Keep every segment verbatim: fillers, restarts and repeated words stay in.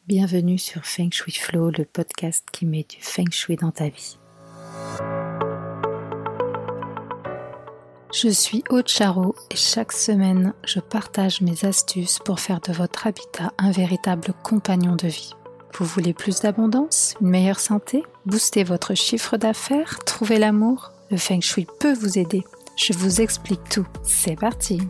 Bienvenue sur Feng Shui Flow, le podcast qui met du Feng Shui dans ta vie. Je suis Aude Charot et chaque semaine, je partage mes astuces pour faire de votre habitat un véritable compagnon de vie. Vous voulez plus d'abondance, une meilleure santé, booster votre chiffre d'affaires, trouver l'amour? Le Feng Shui peut vous aider. Je vous explique tout. C'est parti!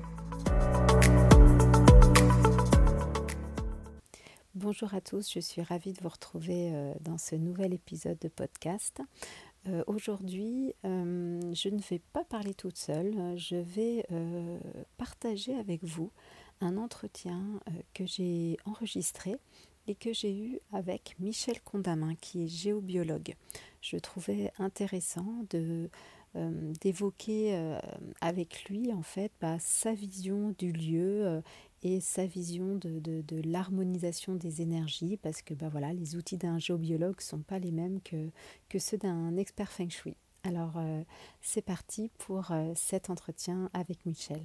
Bonjour à tous, je suis ravie de vous retrouver euh, dans ce nouvel épisode de podcast. Euh, aujourd'hui, euh, je ne vais pas parler toute seule, je vais euh, partager avec vous un entretien euh, que j'ai enregistré et que j'ai eu avec Michel Condamin, qui est géobiologue. Je trouvais intéressant de, euh, d'évoquer euh, avec lui en fait bah, sa vision du lieu euh, et sa vision de, de, de l'harmonisation des énergies, parce que bah, voilà, les outils d'un géobiologue ne sont pas les mêmes que, que ceux d'un expert Feng Shui. Alors euh, c'est parti pour euh, cet entretien avec Michel.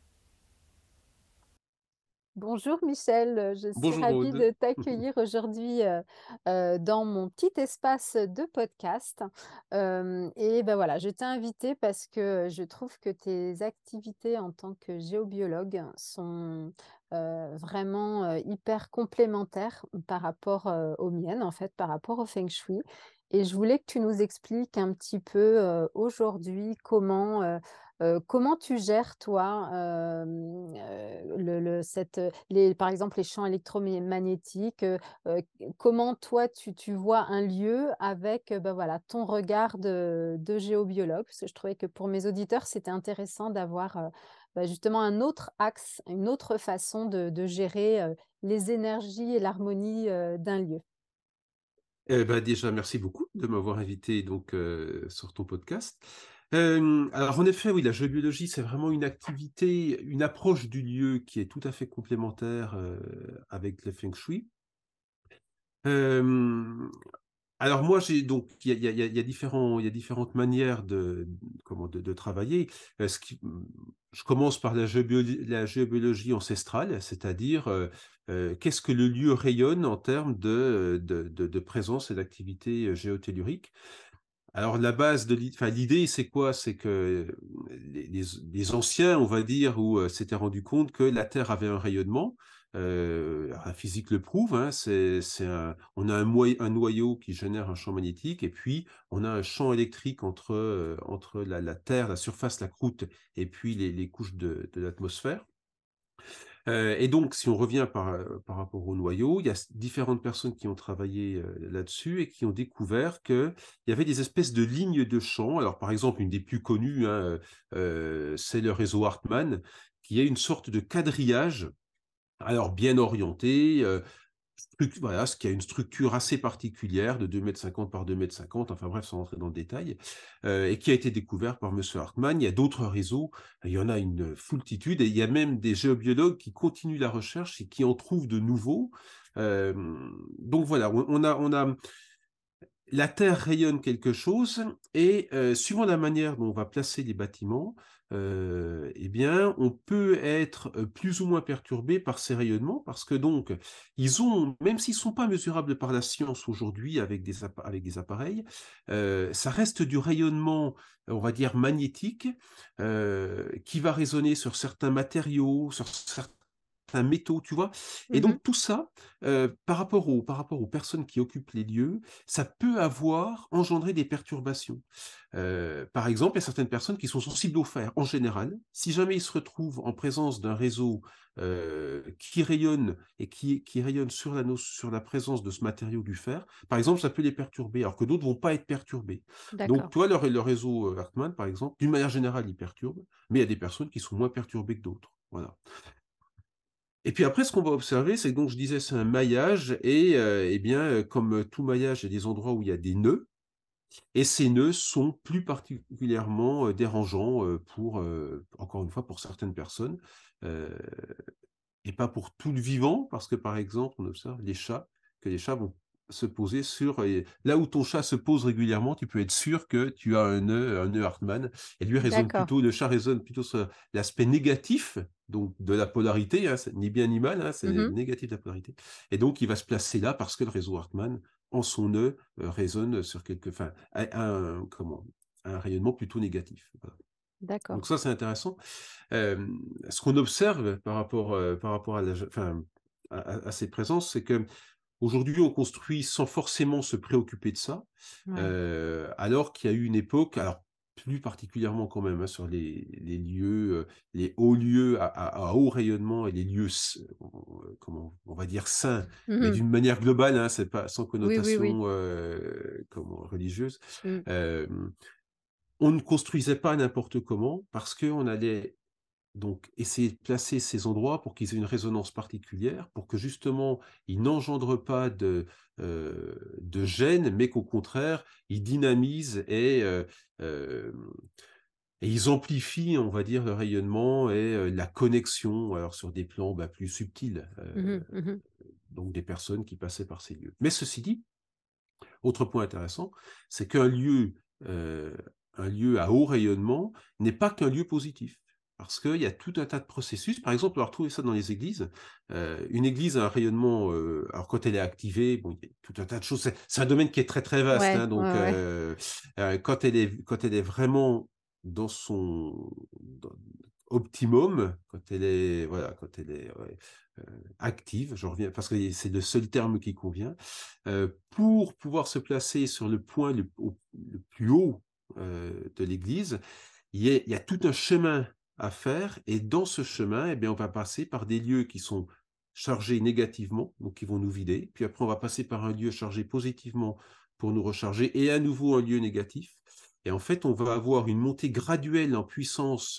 Bonjour Michel, je suis Bonjour ravie Aude. de t'accueillir aujourd'hui euh, euh, dans mon petit espace de podcast. Euh, et ben voilà, je t'ai invité parce que je trouve que tes activités en tant que géobiologue sont euh, vraiment euh, hyper complémentaires par rapport euh, aux miennes, en fait, par rapport au Feng Shui. Et je voulais que tu nous expliques un petit peu euh, aujourd'hui comment euh, Heu, comment tu gères toi, hem, heu, le le cette, les par exemple, les champs électromagnétiques, heu heu, comment toi tu tu vois un lieu avec, heu, bah, voilà, ton regard de de géobiologue? Parce que je trouvais que pour mes auditeurs, c'était intéressant d'avoir, heu, bah, justement un autre axe, une autre façon de de gérer, heu, les énergies et l'harmonie, heu, d'un lieu. Eh bah, déjà, merci beaucoup de m'avoir invité donc heu, sur ton podcast. Hem, alors en effet, oui, la géobiologie, c'est vraiment une activité, une approche du lieu qui est tout à fait complémentaire, heu, avec le feng shui. Hem, alors moi, j'ai donc il y a il y a il y a il y a différents il y a différentes manières de comment de de travailler. Heu, ce qui mmh, je commence par la géobiologie la géobiologie ancestrale, c'est-à-dire, heu heu, qu'est-ce que le lieu rayonne en termes de, de de de présence et d'activité, heu, géotellurique? Alors la base de l'i enfin l'idée, c'est quoi? C'est que les les les anciens, on va dire, où, heu, s'étaient rendus compte que la Terre avait un rayonnement. Heu, la physique le prouve, hein, c'est c'est un on a un moy un noyau qui génère un champ magnétique et puis on a un champ électrique entre, heu, entre la la Terre, la surface, la croûte et puis les les couches de de l'atmosphère. Heu et donc si on revient par, heu, par rapport au noyau, il y a s différentes personnes qui ont travaillé, heu, là-dessus et qui ont découvert qu'il y avait des espèces de lignes de champ. Alors par exemple, une des plus connues, hein, heu c'est le réseau Hartmann, qui est une sorte de quadrillage, alors bien orienté, heu, struc voilà, ce qui a une structure assez particulière de deux mètres cinquante par deux mètres cinquante, enfin bref, sans rentrer dans le détail, heu et qui a été découvert par monsieur Hartmann. Il y a d'autres réseaux, il y en a une foultitude et il y a même des géobiologues qui continuent la recherche et qui en trouvent de nouveaux. Hem, donc voilà, on on a on a la Terre rayonne quelque chose et heu, suivant la manière dont on va placer les bâtiments, heu et bien, on peut être, heu, plus ou moins perturbé par ces rayonnements parce que donc, ils ont même s'ils ne sont pas mesurables par la science aujourd'hui avec des appa avec des appareils, heu, ça reste du rayonnement, on va dire magnétique, heu, qui va résonner sur certains matériaux, sur certains métaux, tu vois? Et Mmh. donc tout ça, heu, par rapport aux par rapport aux personnes qui occupent les lieux, ça peut avoir engendré des perturbations. Heu, par exemple, il y a certaines personnes qui sont sensibles au fer. En général, si jamais ils se retrouvent en présence d'un réseau, heu, qui rayonne et qui qui rayonne sur la nos sur la présence de ce matériau du fer, par exemple, ça peut les perturber, alors que d'autres vont pas être perturbés. Donc, D'accord. tu vois, le ré le réseau, heu, Hartmann, par exemple, d'une manière générale, il perturbe, mais il y a des personnes qui sont moins perturbées que d'autres. Voilà. Et puis après, ce qu'on va observer, c'est que donc je disais, c'est un maillage et heu, eh bien, heu, comme tout maillage, il y a des endroits où il y a des nœuds et ces nœuds sont plus particulièrement, heu, dérangeants, heu, pour, heu, encore une fois, pour certaines personnes, heu et pas pour tout le vivant. Parce que, par exemple, on observe les chats, que les chats vont se poser sur et là où ton chat se pose régulièrement, tu peux être sûr que tu as un nœud un nœud Hartmann et lui résonne D'accord. plutôt le chat résonne plutôt sur l'aspect négatif, donc de la polarité, hein, c'est ni bien ni mal, hein, c'est Mmh. négatif de la polarité et donc il va se placer là parce que le réseau Hartmann, en son nœud, heu, résonne sur quelque enfin, a un comment? Un rayonnement plutôt négatif, voilà. D'accord. Donc ça, c'est intéressant. Hem, ce qu'on observe par rapport, heu, par rapport à la enfin, à à à ces présences, c'est que aujourd'hui, on construit sans forcément se préoccuper de ça, Ouais. heu, alors qu'il y a eu une époque, alors plus particulièrement quand même, hein, sur les les lieux, heu, les hauts lieux à à à haut rayonnement et les lieux s heu, comment on va dire sains, mais Mmh. d'une manière globale, hein, c'est pas sans Oui, oui, oui. connotation, heu, comment religieuse. Mmh. Hem, on ne construisait pas n'importe comment parce qu'on allait donc, essayer de placer ces endroits pour qu'ils aient une résonance particulière, pour que justement, ils n'engendrent pas de, heu, de gêne, mais qu'au contraire, ils dynamisent et heu, hem et ils amplifient, on va dire, le rayonnement et heu, la connexion, alors sur des plans, bah, plus subtils, Mmh heu, mh. Mmh. donc des personnes qui passaient par ces lieux. Mais ceci dit, autre point intéressant, c'est qu'un lieu, heu, un lieu à haut rayonnement n'est pas qu'un lieu positif. Parce qu'il y a tout un tas de processus. Par exemple, on va retrouver ça dans les églises. Heu, une église a un rayonnement, heu, alors quand elle est activée, bon, il y a tout un tas de choses. C'est c'est un domaine qui est très, très vaste, Ouais, hein, donc ouais, ouais. heu heu, quand elle est quand elle est vraiment dans son dans optimum, quand elle est voilà, quand elle est, ouais, heu, active, je reviens parce que c'est le seul terme qui convient. Heu, pour pouvoir se placer sur le point le au le plus haut, heu, de l'église, il y a il y a tout un chemin à faire et dans ce chemin et bien, on va passer par des lieux qui sont chargés négativement, donc qui vont nous vider. Puis après, on va passer par un lieu chargé positivement pour nous recharger et à nouveau un lieu négatif et en fait, on va avoir une montée graduelle en puissance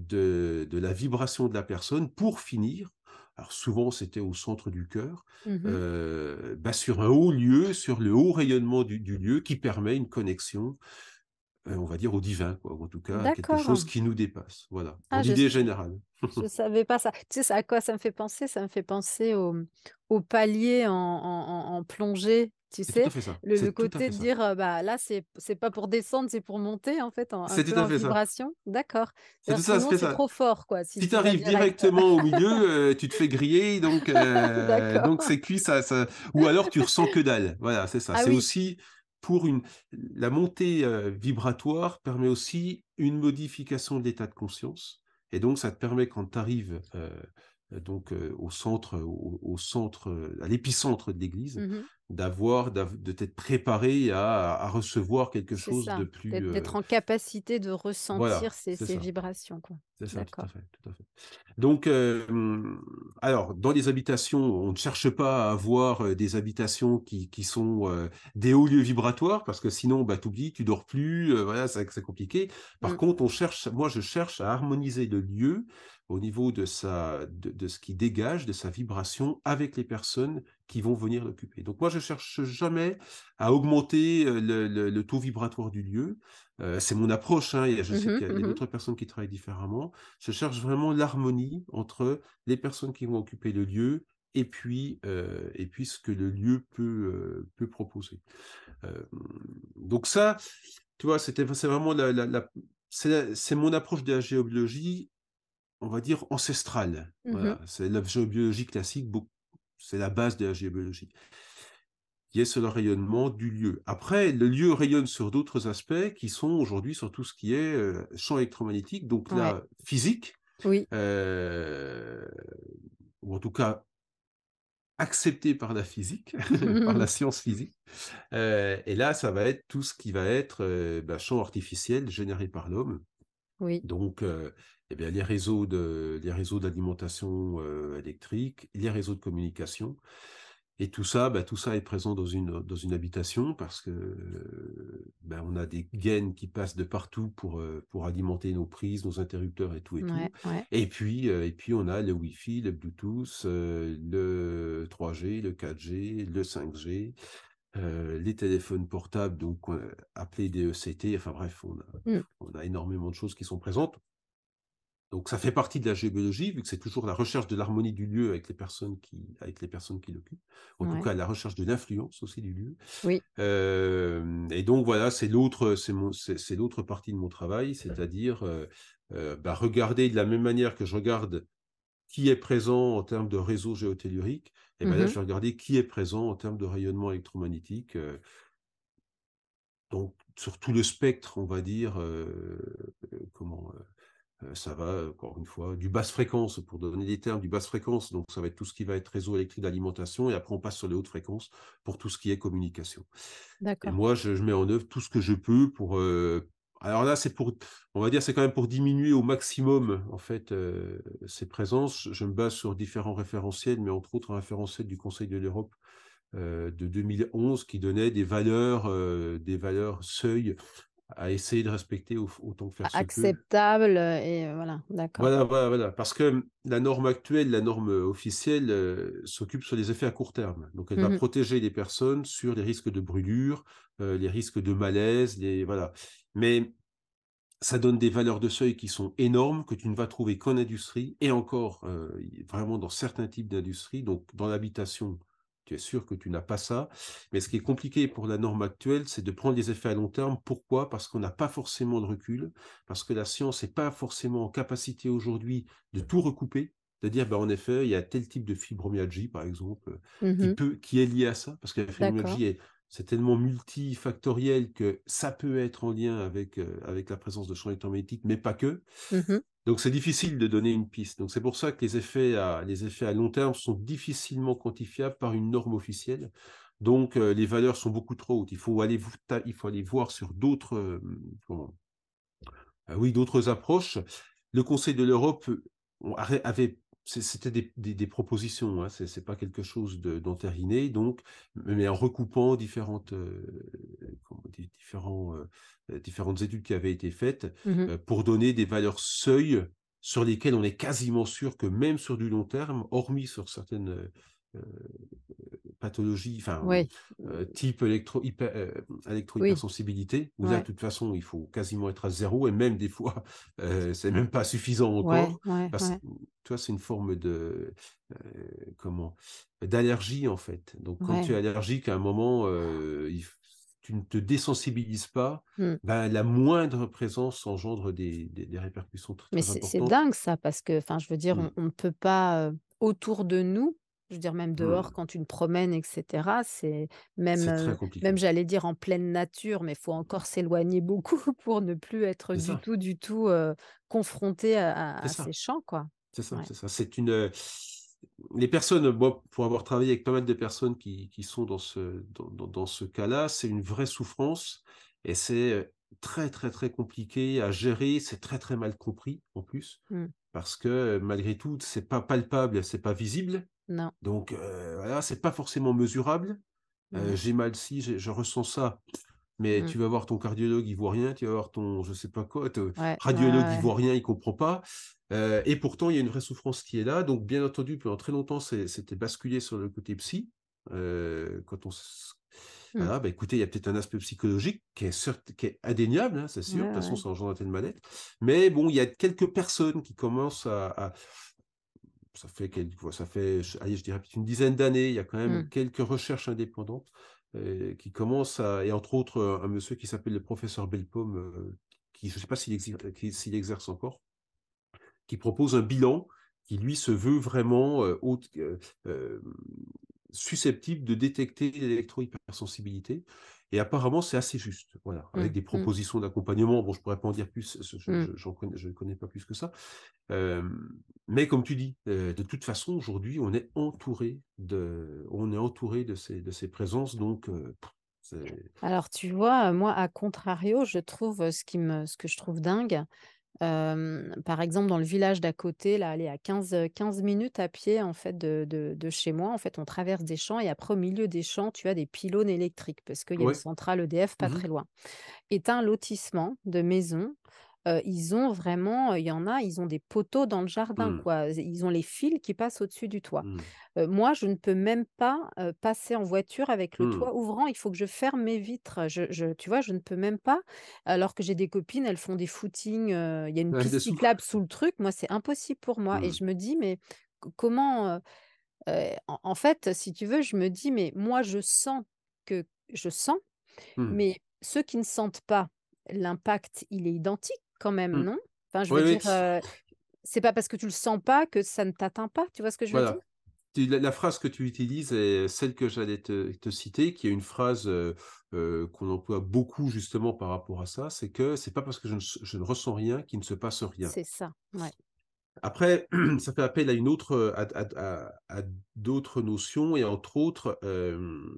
de de la vibration de la personne pour finir, alors souvent, c'était au centre du cœur, Mmh. heu, bah, sur un haut lieu, sur le haut rayonnement du du lieu qui permet une connexion, heu, on va dire au divin quoi, ou en tout cas à quelque chose D'accord. qui nous dépasse, voilà, dans Ah je l'idée générale. Je savais pas ça. Tu sais, ça à quoi ça me fait penser? Ça me fait penser au, mmh, au palier en en en en plongée, tu C'est tout à sais? fait ça, Le le c'est tout à côté fait de ça. dire, heu, bah, là, c'est c'est pas pour descendre, c'est pour monter, en fait, en un C'est peu tout à en fait ça. vibration? D'accord. C'est tout C'est-à-dire ça, sinon, c'est c'est ça. trop fort, quoi, si Si tu tu vas arrives direct. directement au milieu, heu, tu te fais griller donc heu, donc D'accord. c'est cuit, ça ça ou alors tu ressens que dalle. Voilà, c'est ça. Ah C'est oui. aussi pour une la montée, heu, vibratoire permet aussi une modification de l'état de conscience et donc ça te permet quand tu arrives, heu heu, donc heu, au centre, au au centre, heu, à l'épicentre de l'église, Mmh. d'avoir d'av de t'être préparé à à recevoir quelque C'est chose de ça, plus, d'être d'être heu en capacité de ressentir voilà, ces c'est ces ça. vibrations, quoi. C'est ça, tout à D'accord. fait, tout à fait. Donc, hem, alors dans les habitations, on ne cherche pas à avoir, heu, des habitations qui qui sont, heu, des hauts lieux vibratoires parce que sinon, bah, tu oublies, tu dors plus, heu, voilà, c'est c'est compliqué. Par Mmh. contre, on cherche moi je cherche à harmoniser le lieu au niveau de sa de de ce qui dégage, de sa vibration avec les personnes qui vont venir l'occuper. Donc moi, je cherche jamais à augmenter, heu, le le le taux vibratoire du lieu. Heu, c'est mon approche, hein, et je Mmh sais mh. qu'il y a il y a Mmh. d'autres personnes qui travaillent différemment. Je cherche vraiment l'harmonie entre les personnes qui vont occuper le lieu et puis, heu et puis ce que le lieu peut, heu, peut proposer. Hem, donc ça, tu vois, c'était c'est vraiment la la la c'est la c'est mon approche de la géobiologie, on va dire ancestrale. Mmh. Voilà, c'est la géobiologie classique, beau c'est la base de la géobiologie, qui est sur le rayonnement du lieu. Après, le lieu rayonne sur d'autres aspects qui sont aujourd'hui sur tout ce qui est, heu, champ électromagnétique, donc Ouais. là, physique, Oui. heu, ou en tout cas accepté par la physique, par la science physique. Heu et là, ça va être tout ce qui va être, heu, bah, champ artificiel généré par l'homme. Oui. Donc, heu et bien les réseaux de les réseaux d'alimentation, heu, électrique, les réseaux de communication et tout ça, bah, tout ça est présent dans une, dans une habitation parce que, heu, bah, on a des gaines qui passent de partout pour, heu, pour alimenter nos prises, nos interrupteurs et tout et tout. Ouais, ouais. Et puis, heu et puis on a le Wi-Fi, le Bluetooth, heu, le trois G, le quatre G, le cinq G, heu, les téléphones portables donc heu, appelés D E C T, enfin bref, on a Mmh. on a énormément de choses qui sont présentes. Donc ça fait partie de la géobiologie, vu que c'est toujours la recherche de l'harmonie du lieu avec les personnes qui avec les personnes qui l'occupent. En tout Ouais. cas, la recherche de l'influence aussi du lieu. Oui. Hem et donc voilà, c'est l'autre c'est mon c'est c'est l'autre partie de mon travail, c'est-à-dire, heu heu, bah, regarder de la même manière que je regarde qui est présent en termes de réseau géotellurique, et ben là, Mmh. je vais regarder qui est présent en termes de rayonnement électromagnétique, heu, donc sur tout le spectre, on va dire, heu, comment, Heu, ça va, encore une fois, du basse fréquence, pour donner des termes, du basse fréquence, donc ça va être tout ce qui va être réseau électrique d'alimentation, et après on passe sur les hautes fréquences pour tout ce qui est communication. Et D'accord. moi, je je mets en œuvre tout ce que je peux pour, heu alors là, c'est pour on va dire, c'est quand même pour diminuer au maximum, en fait, heu, ces présences. Je me base sur différents référentiels, mais entre autres un référentiel du Conseil de l'Europe, heu, de deux mille onze, qui donnait des valeurs, heu, des valeurs seuil à essayer de respecter au autant que faire A se peut. acceptable, heu et heu, voilà, d'accord. Voilà, voilà, voilà, parce que, mmh, la norme actuelle, la norme, heu, officielle, heu, s'occupe sur les effets à court terme. Donc elle va Mmh. protéger les personnes sur les risques de brûlure, heu, les risques de malaise, les voilà. Mais ça donne des valeurs de seuil qui sont énormes, que tu ne vas trouver qu'en industrie, et encore, heu, y vraiment dans certains types d'industries. Donc dans l'habitation, tu es sûr que tu n'as pas ça. Mais ce qui est compliqué pour la norme actuelle, c'est de prendre les effets à long terme. Pourquoi? Parce qu'on n'a pas forcément de recul, parce que la science n'est pas forcément en capacité aujourd'hui de tout recouper, de dire: «Bah, en effet, il y a tel type de fibromyalgie», par exemple, heu, qui Mmh. peut qui est lié à ça. Parce que la D'accord. fibromyalgie est c'est tellement multifactoriel que ça peut être en lien avec, heu, avec la présence de champs électromagnétiques, mais pas que. Mmh. Donc c'est difficile de donner une piste. Donc c'est pour ça que les effets à les effets à long terme sont difficilement quantifiables par une norme officielle. Donc heu, les valeurs sont beaucoup trop hautes. Il faut aller vous ta il faut aller voir sur d'autres, hem, comment ah oui, d'autres approches. Le Conseil de l'Europe, heu, on arrê avait c'est c'était des des des propositions, hein, c'est c'est pas quelque chose de d'entériné, donc mais en recoupant différentes, heu, comment di différents, heu heu, différentes études qui avaient été faites, Mmh. heu, pour donner des valeurs seuil sur lesquelles on est quasiment sûr que même sur du long terme, hormis sur certaines, heu pathologie, enfin, mmh, Oui. heu, Mmh, type électro hyper heu, oui, électro-hypersensibilité, où là, de ouais, toute façon, il faut quasiment être à zéro, et même des fois, heu, c'est même pas suffisant ouais, encore. ouais, Parce ouais, que, tu vois, c'est une forme de, heu, comment? D'allergie, en fait. Donc quand tu es ouais. allergique, à un moment, heu, il f tu ne te désensibilises pas, Mmh. ben, la moindre présence engendre des des des répercussions très, Mais très c'est c'est importantes. dingue ça parce que, enfin, je veux dire, Mmh, on on ne peut pas, heu, autour de nous, je veux dire même dehors mmh, quand tu te promènes et cetera, c'est même, c'est très heu, même compliqué. j'allais dire en pleine nature, mais il faut encore s'éloigner beaucoup pour ne plus être C'est du ça, tout, du tout, heu, confronté à à c'est à ces ça. champs, quoi. C'est ça, Ouais. c'est ça. C'est une, heu, les personnes, moi, pour avoir travaillé avec pas mal de personnes qui qui sont dans ce dans dans dans ce cas-là, c'est une vraie souffrance, et c'est, heu, très, très, très compliqué à gérer. C'est très, très mal compris, en plus, Mmh. parce que, heu, malgré tout, c'est pas palpable, c'est pas visible, Non. donc heu, voilà, c'est pas forcément mesurable. Heu, Ouais. j'ai mal ci, j'ai je ressens ça, mais Mmh. tu vas voir ton cardiologue, il voit rien, tu vas voir ton je sais pas quoi, te Ouais, ouais, radiologue, il ouais. voit rien, il comprend pas, heu et pourtant il y a une vraie souffrance qui est là. Donc bien entendu, pendant très longtemps, c'est c'était basculé sur le côté psy, heu, quand on s Mmh. voilà, bah, écoutez, il y a peut-être un aspect psychologique qui est certes qui est indéniable, hein, c'est Ouais, sûr, de toute façon ouais. ça engendre un tel mal-être. Mais bon, il y a quelques personnes qui commencent à à ça fait quelques ça fait, je allez, je dirais peut-être une dizaine d'années, il y a quand même Mmh. quelques recherches indépendantes, heu, qui commencent à, et entre autres, heu, un monsieur qui s'appelle le professeur Bellepomme, heu, qui je ne sais pas s'il exi qui s'il exerce encore, qui propose un bilan qui lui se veut vraiment, heu, haute heu, hem, susceptible de détecter l'électro-hypersensibilité, et apparemment c'est assez juste, voilà, avec Mmh. des Mmh. propositions d'accompagnement. Bon, je pourrais pas en dire plus, je je Mmh. je j'en connais je connais pas plus que ça. Hem, mais comme tu dis, heu, de toute façon, aujourd'hui, on est entouré de on est entouré de ces de ces présences, donc heu, c'est Alors tu vois, moi à contrario, je trouve, heu, ce qui me ce que je trouve dingue. Hem, par exemple, dans le village d'à côté, là, allez, à quinze heu, quinze minutes à pied, en fait, de de de chez moi, en fait, on traverse des champs et après, au milieu des champs, tu as des pylônes électriques parce qu'il y a une ouais. centrale E D F pas Mmh. très loin. Et tu as un lotissement de maisons, heu, ils ont vraiment, il y en a, ils ont des poteaux dans le jardin, Mmh. quoi. Ils ont les fils qui passent au-dessus du toit. Mmh. Heu, moi, je ne peux même pas, heu, passer en voiture avec le Mmh. toit ouvrant. Il faut que je ferme mes vitres. Je je tu vois, je ne peux même pas, alors que j'ai des copines, elles font des footings, heu, il y a une Ouais, piste dessous. cyclable sous le truc. Moi, c'est impossible pour moi et Mmh. je me dis: «Mais co comment, heu?» heu, en en fait, si tu veux, je me dis: «Mais moi, je sens que je sens, Mmh. mais ceux qui ne sentent pas, l'impact, il est identique quand même, Mmh. non?» Enfin, je Oui, veux oui, dire, heu, c'est pas parce que tu le sens pas que ça ne t'atteint pas. Tu vois ce que je veux dire? voilà. Tu la la phrase que tu utilises est celle que j'allais te te citer, qui est une phrase, heu heu, qu'on emploie beaucoup justement par rapport à ça. C'est que c'est pas parce que je ne s je ne ressens rien qu'il ne se passe rien. C'est ça, ouais. Après, ça fait appel à une autre, heu, à à à à d'autres notions et entre autres, hem,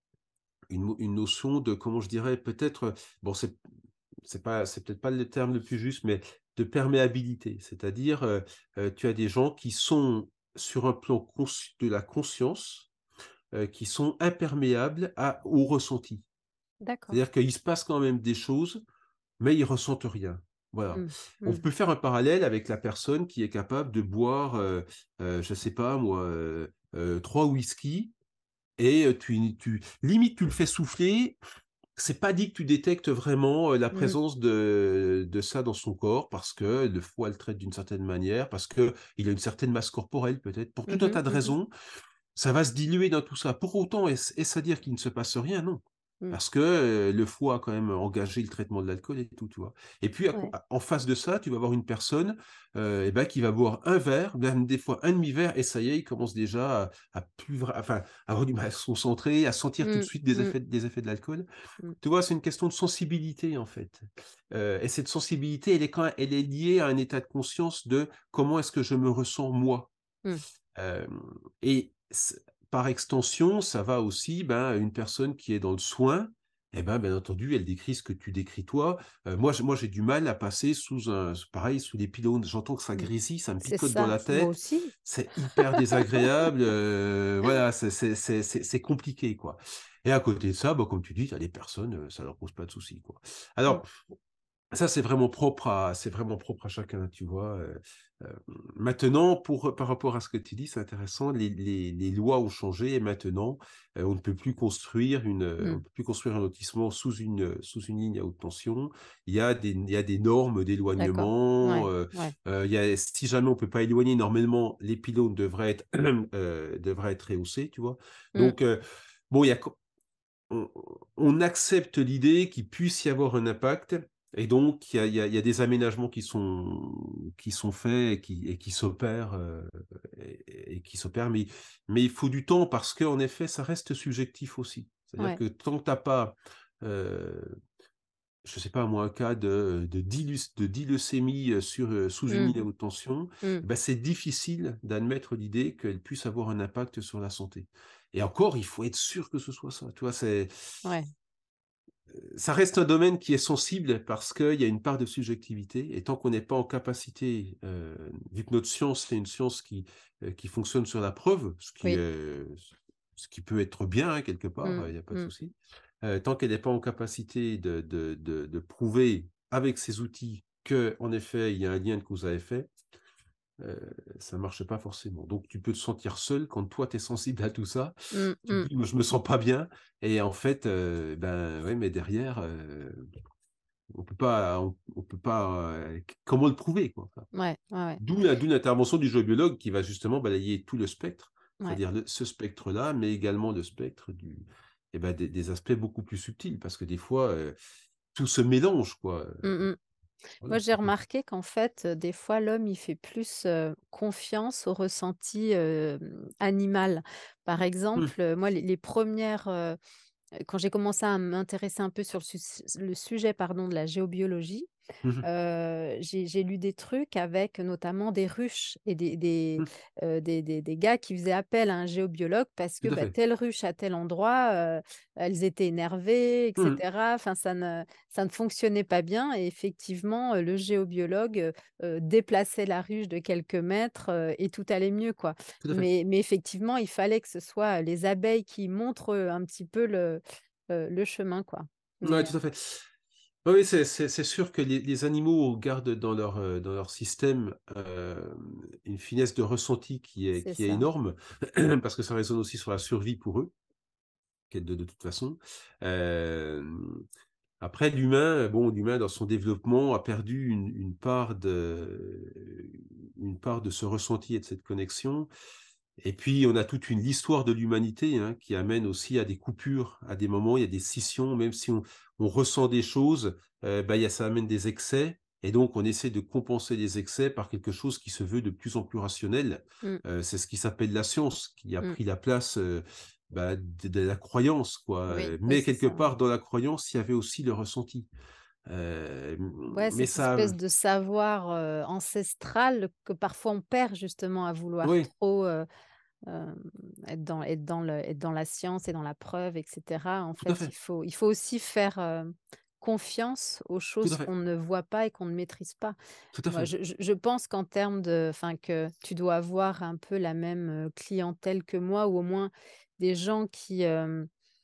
une mo une notion de comment je dirais? Peut-être, bon c'est c'est pas c'est peut-être pas le terme le plus juste, mais de perméabilité. C'est-à-dire, heu heu, tu as des gens qui sont sur un plan consci de la conscience, heu, qui sont imperméables à au ressenti. D'accord. C'est-à-dire qu'il se passe quand même des choses, mais ils ressentent rien. Voilà. Mmh. On Mmh. peut faire un parallèle avec la personne qui est capable de boire, heu heu, je sais pas moi, heu heu, trois whisky et heu, tu tu limite tu le fais souffler, c'est pas dit que tu détectes vraiment, heu, la Mmh. présence de de ça dans son corps parce que le foie le traite d'une certaine manière, parce qu'il a une certaine masse corporelle peut-être, pour tout Mmh un mh. tas de Mmh. raisons, ça va se diluer dans tout ça. Pour autant, est-ce est-ce à dire qu'il ne se passe rien? Non. Mmh. Parce que, heu, le foie a quand même engagé le traitement de l'alcool et tout, tu vois? Et puis à co Ouais. à en face de ça, tu vas avoir une personne, heu et bah, qui va boire un verre, même des fois un demi-verre et ça y est, il commence déjà à à plus vra enfin, à avoir du mal à se concentrer, à sentir tout de Mmh. suite des Mmh. effets des effets de l'alcool. Mmh. Tu vois, c'est une question de sensibilité, en fait. Heu et cette sensibilité, elle est quand elle est liée à un état de conscience de: «Comment est-ce que je me ressens moi?» Mmh. Hem et c par extension, ça va aussi, ben, une personne qui est dans le soin et ben, bien entendu, elle décrit ce que tu décris toi. Heu, moi, j moi, j'ai du mal à passer sous un s pareil, sous les pylônes. J'entends que ça Mmh. grésille, ça me C'est picote dans ça, la moi tête. aussi. C'est hyper désagréable, heu, voilà, c'est c'est c'est c'est c'est compliqué, quoi et à côté de ça, bah, comme tu dis, tu as des personnes, heu, ça leur pose pas de soucis, quoi. Mmh. Alors ça, c'est vraiment propre à c'est vraiment propre à chacun, tu vois? Heu, hem, maintenant pour, par rapport à ce que tu dis, c'est intéressant, les les les lois ont changé et maintenant, heu, on ne peut plus construire une, heu, on Mmh. ne peut plus construire un lotissement sous une, heu, sous une ligne à haute tension. Il y a des il y a des normes D'accord. d'éloignement, Ouais, heu ouais. heu, il y a si jamais on peut pas éloigner, normalement, les pylônes devraient être, heu, devraient être rehaussés, tu vois? Mmh. Donc heu, bon, il y a co on on accepte l'idée qu'il puisse y avoir un impact et donc il y a il y a il y a des aménagements qui sont qui sont faits et qui et qui s'opèrent, heu et et qui s'opèrent, mais mais il faut du temps parce qu'en effet, ça reste subjectif aussi. C'est-à-dire Ouais. que tant que tu as pas, heu, je sais pas moi, un cas de de dilus de dileucémie, heu, sur, heu, sous une Mmh. ligne à haute tension, Mmh. bah, c'est difficile d'admettre l'idée qu'elle puisse avoir un impact sur la santé et encore, il faut être sûr que ce soit ça, tu vois? C'est Ouais. ça reste un domaine qui est sensible parce qu'il y a une part de subjectivité et tant qu'on n'est pas en capacité, heu, vu que notre science, c'est une science qui, heu, qui fonctionne sur la preuve, ce qui Oui. est ce qui peut être bien, hein, quelque part, Mmh. il y a pas de Mmh. souci. Heu, tant qu'elle n'est pas en capacité de de de de prouver avec ses outils qu'en effet, il y a un lien de cause à effet, heu, ça marche pas forcément. Donc tu peux te sentir seul quand toi, tu es sensible à tout ça. Mmh. Tu te Mmh. dis: «Moi, je me sens pas bien» et en fait, heu, ben, ouais, mais derrière, heu, on peut pas on on peut pas, heu, c comment le prouver, quoi? Enfin, Ouais, ouais, ouais. d'où la d'où l'intervention du géobiologue qui va justement balayer tout le spectre, Ouais. c'est-à-dire le ce spectre-là, mais également le spectre du et ben, des des aspects beaucoup plus subtils parce que des fois, heu, tout se mélange, quoi, heu, Mmh mh. Moi, voilà, j'ai c'est comme ça. remarqué qu'en fait, heu, des fois, l'homme, il fait plus, heu, confiance au ressenti, hem, animal. Par Mmh. exemple, heu, moi, les les premières, heu, quand j'ai commencé à m'intéresser un peu sur le sus le sujet, pardon, de la géobiologie. Mmh mh. Heu, j'ai j'ai lu des trucs avec notamment des ruches et des des, Mmh. heu, des des des gars qui faisaient appel à un géobiologue parce que, Tout à bah, fait. telle ruche à tel endroit, heu, elles étaient énervées et Mmh mh. cetera. Enfin, ça ne ça ne fonctionnait pas bien et effectivement, heu, le géobiologue, heu heu, déplaçait la ruche de quelques mètres, heu et tout allait mieux, quoi. Tout à fait. Mais mais effectivement, il fallait que ce soit les abeilles qui montrent, heu, un petit peu le, heu, le chemin, quoi. Ouais, Mais tout à fait. Oui, oui, c'est c'est c'est sûr que les les animaux gardent dans leur, heu, dans leur système, hem, une finesse de ressenti qui est C'est qui est ça. énorme, parce que ça résonne aussi sur la survie pour eux, qui de de toute façon. Hem, après l'humain, bon, l'humain dans son développement a perdu une une part de une part de ce ressenti et de cette connexion. Et puis on a toute une l'histoire de l'humanité, hein, qui amène aussi à des coupures, à des moments, il y a des scissions, même si on on ressent des choses, heu, bah, il y a ça amène des excès et donc on essaie de compenser les excès par quelque chose qui se veut de plus en plus rationnel. Mmh, Heu, c'est ce qui s'appelle la science, qui a mmh. pris la place, heu, bah, de de la croyance, quoi, Oui, heu, oui, mais c'est quelque ça. part dans la croyance, il y avait aussi le ressenti. Heu, Ouais, mais cette ça espèce de savoir, heu, ancestral que parfois on perd justement à vouloir oui, trop, heu, hem, être dans être dans le être dans la science et dans la preuve et cetera. En tout à fait, il fait, faut il faut aussi faire, heu, confiance aux tout à choses fait, qu'on ne voit pas et qu'on ne maîtrise pas. tout à Moi, fait. je je je pense qu'en termes de enfin, que tu dois avoir un peu la même, heu, clientèle que moi ou au moins des gens qui, hem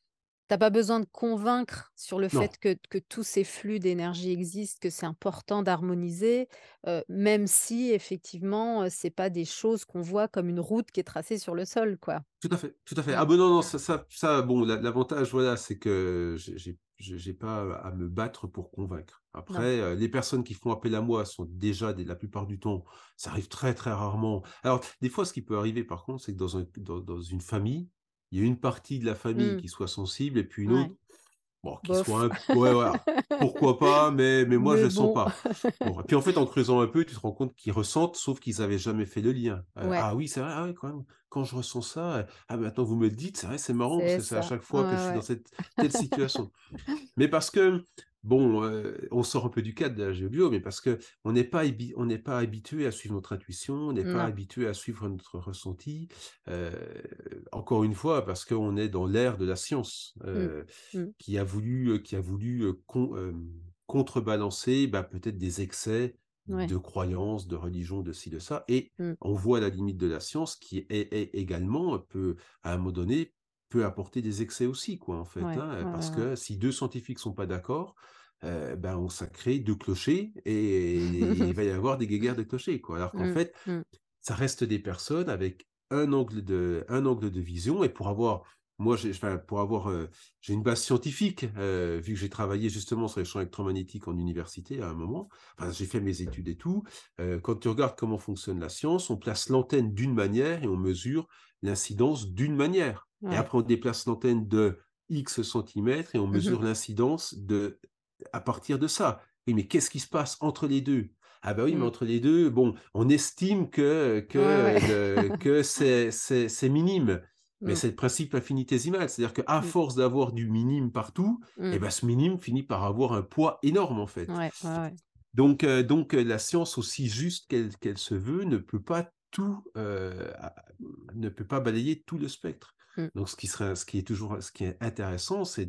tu pas besoin de convaincre sur le Non. fait que que tous ces flux d'énergie existent, que c'est important d'harmoniser, heu, même si effectivement, heu, c'est pas des choses qu'on voit comme une route qui est tracée sur le sol, quoi. Tout à fait, tout à fait. Mmh. Ah ben non, non, Mmh. ça ça ça bon, l'a l'avantage, voilà, c'est que j'ai j'ai j'ai j'ai pas à me battre pour convaincre. Non. Après, heu, les personnes qui font appel à moi sont déjà des la plupart du temps, ça arrive très, très rarement. Alors, des fois, ce qui peut arriver, par contre, c'est que dans un dans dans une famille, il y a une partie de la famille Mmh. qui soit sensible et puis une autre, Ouais. bon, qui soit Bof. un ouais, voilà, pourquoi pas, mais mais moi, je Mais le sens bon. pas. Bon et puis, en fait, en creusant un peu, tu te rends compte qu'ils ressentent, sauf qu'ils avaient jamais fait le lien. Heu, Ouais, ah oui, c'est vrai, ah ouais, quand même, quand je ressens ça, heu, ah maintenant vous me le dites, c'est vrai, c'est marrant parce c'est que c'est à ça. chaque Ouais, fois que je suis dans ouais. cette telle situation. Mais parce que, bon, heu, on sort un peu du cadre de la géobio, mais parce qu'on n'est pas hébi on n'est pas habitué à suivre notre intuition, on n'est pas Non. habitué à suivre notre ressenti. Heu, encore une fois, parce qu'on est dans l'ère de la science, Mmh. heu, Mmh. qui a voulu, heu, qui a voulu, heu, con hem, contrebalancer, bah, peut-être des excès Ouais. de croyances, de religion, de ci, de ça et Mmh. on voit la limite de la science qui est est également peut, à un moment donné, peut apporter des excès aussi, quoi, en fait, Ouais. hein, Ouais, ouais, parce ouais. que si deux scientifiques sont pas d'accord, heu, ben, on ça crée deux clochers et il va y avoir des guéguerres de clochers, quoi. Alors qu'en Mmh. fait, Mmh. ça reste des personnes avec un angle de un angle de vision et pour avoir moi, j'ai enfin, pour avoir, heu, j'ai une base scientifique, heu, vu que j'ai travaillé justement sur les champs électromagnétiques en université à un moment. Enfin, j'ai fait mes études et tout. Heu, quand tu regardes comment fonctionne la science, on place l'antenne d'une manière et on mesure l'incidence d'une manière. Et Ouais. après on déplace l'antenne de X centimètres et on Mmh mh. mesure l'incidence de à partir de ça. Oui, mais qu'est-ce qui se passe entre les deux? Ah bah oui, mais Mmh. entre les deux, bon, on estime que Ouais, ouais. que le que c'est c'est c'est minime, mais Mmh. c'est le principe infinitésimal. C'est-à-dire qu'à Mmh. force d'avoir du minime partout et Mmh. ben ce minime finit par avoir un poids énorme, en fait. Ouais, ouais, ouais. Donc heu donc heu, la science, aussi juste qu'elle qu'elle se veut, ne peut pas tout, heu, a ne peut pas balayer tout le spectre. Mmh. Donc ce qui serait ce qui est toujours ce qui est intéressant, c'est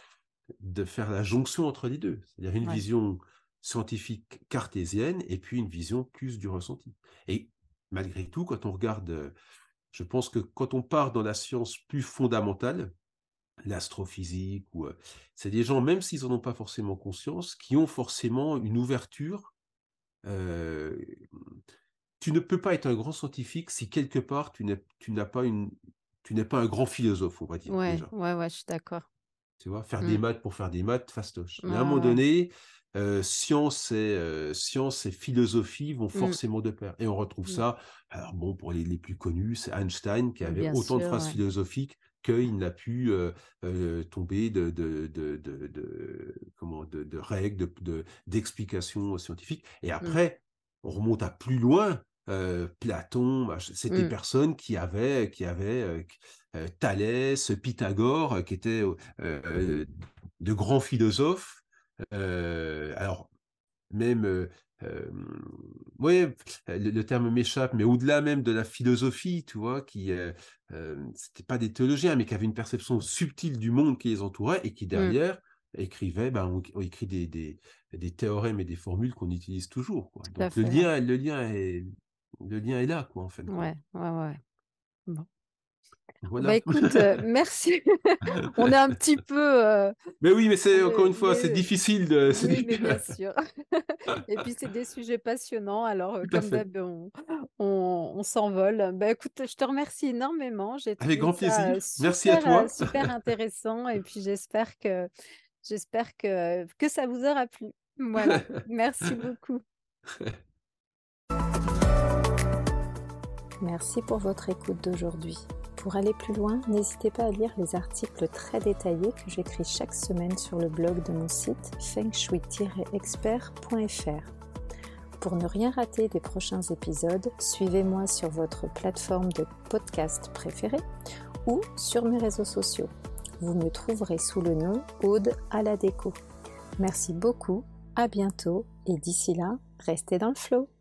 de faire la jonction entre les deux. C'est-à-dire une Ouais. vision scientifique cartésienne et puis une vision plus du ressenti. Et malgré tout, quand on regarde, heu, je pense que quand on part dans la science plus fondamentale, l'astrophysique ou, heu, c'est des gens, même s'ils en ont pas forcément conscience, qui ont forcément une ouverture, heu, tu ne peux pas être un grand scientifique si quelque part tu n'es tu n'as pas une tu n'es pas un grand philosophe, on va dire, Ouais, déjà. ouais, ouais, je suis d'accord. Tu vois? Faire des Mmh. maths pour faire des maths, fastoche. Ouais, Mais à un ouais, moment ouais. donné, heu, science et heu, science et philosophie vont Mmh. forcément de pair et on retrouve Mmh. ça, alors bon, pour les les plus connus, c'est Einstein qui avait Bien autant de sûr, phrases ouais. philosophiques qu'il n'a pu, heu heu, tomber de de de de de comment? De de règles, de de d'explications scientifiques et Mmh. après, on remonte à plus loin, heu, Platon, mach c'est des Mmh. personnes qui avaient qui avaient, heu, q heu, Thalès, Pythagore, heu, qui étaient, heu, de grands philosophes. Heu, alors même, heu, hem, ouais, le le terme m'échappe, mais au-delà même de la philosophie, tu vois? Qui, heu, hem, c'était pas des théologiens, mais qui avaient une perception subtile du monde qui les entourait et qui Mmh. derrière écrivaient, ben, ont ont écrit des des des théorèmes et des formules qu'on utilise toujours, quoi. Tout à Donc le fait, ouais. lien le lien est le lien est là, quoi, en fin de compte. Ouais, ouais, ouais. Bon. Bah, Voilà. écoute, heu, merci. On est un petit peu, heu, Mais oui, mais c'est encore mais une fois, c'est mais difficile de c'est oui, diffi mais bien sûr. Et puis c'est des sujets passionnants, alors, heu, Tout à comme fait. d'hab, on on on s'envole. Bah, écoute, je te remercie énormément. J'ai Avec trouvé grand ça, heu, plaisir. Merci à super, heu, toi. super intéressant et puis j'espère que j'espère que que ça vous aura plu. Voilà, merci beaucoup. Merci pour votre écoute d'aujourd'hui. Pour aller plus loin, n'hésitez pas à lire les articles très détaillés que j'écris chaque semaine sur le blog de mon site feng shui tiret expert point f r. Pour ne rien rater des prochains épisodes, suivez-moi sur votre plateforme de podcast préférée ou sur mes réseaux sociaux. Vous me trouverez sous le nom Aude à la déco. Merci beaucoup, à bientôt et d'ici là, restez dans le flow.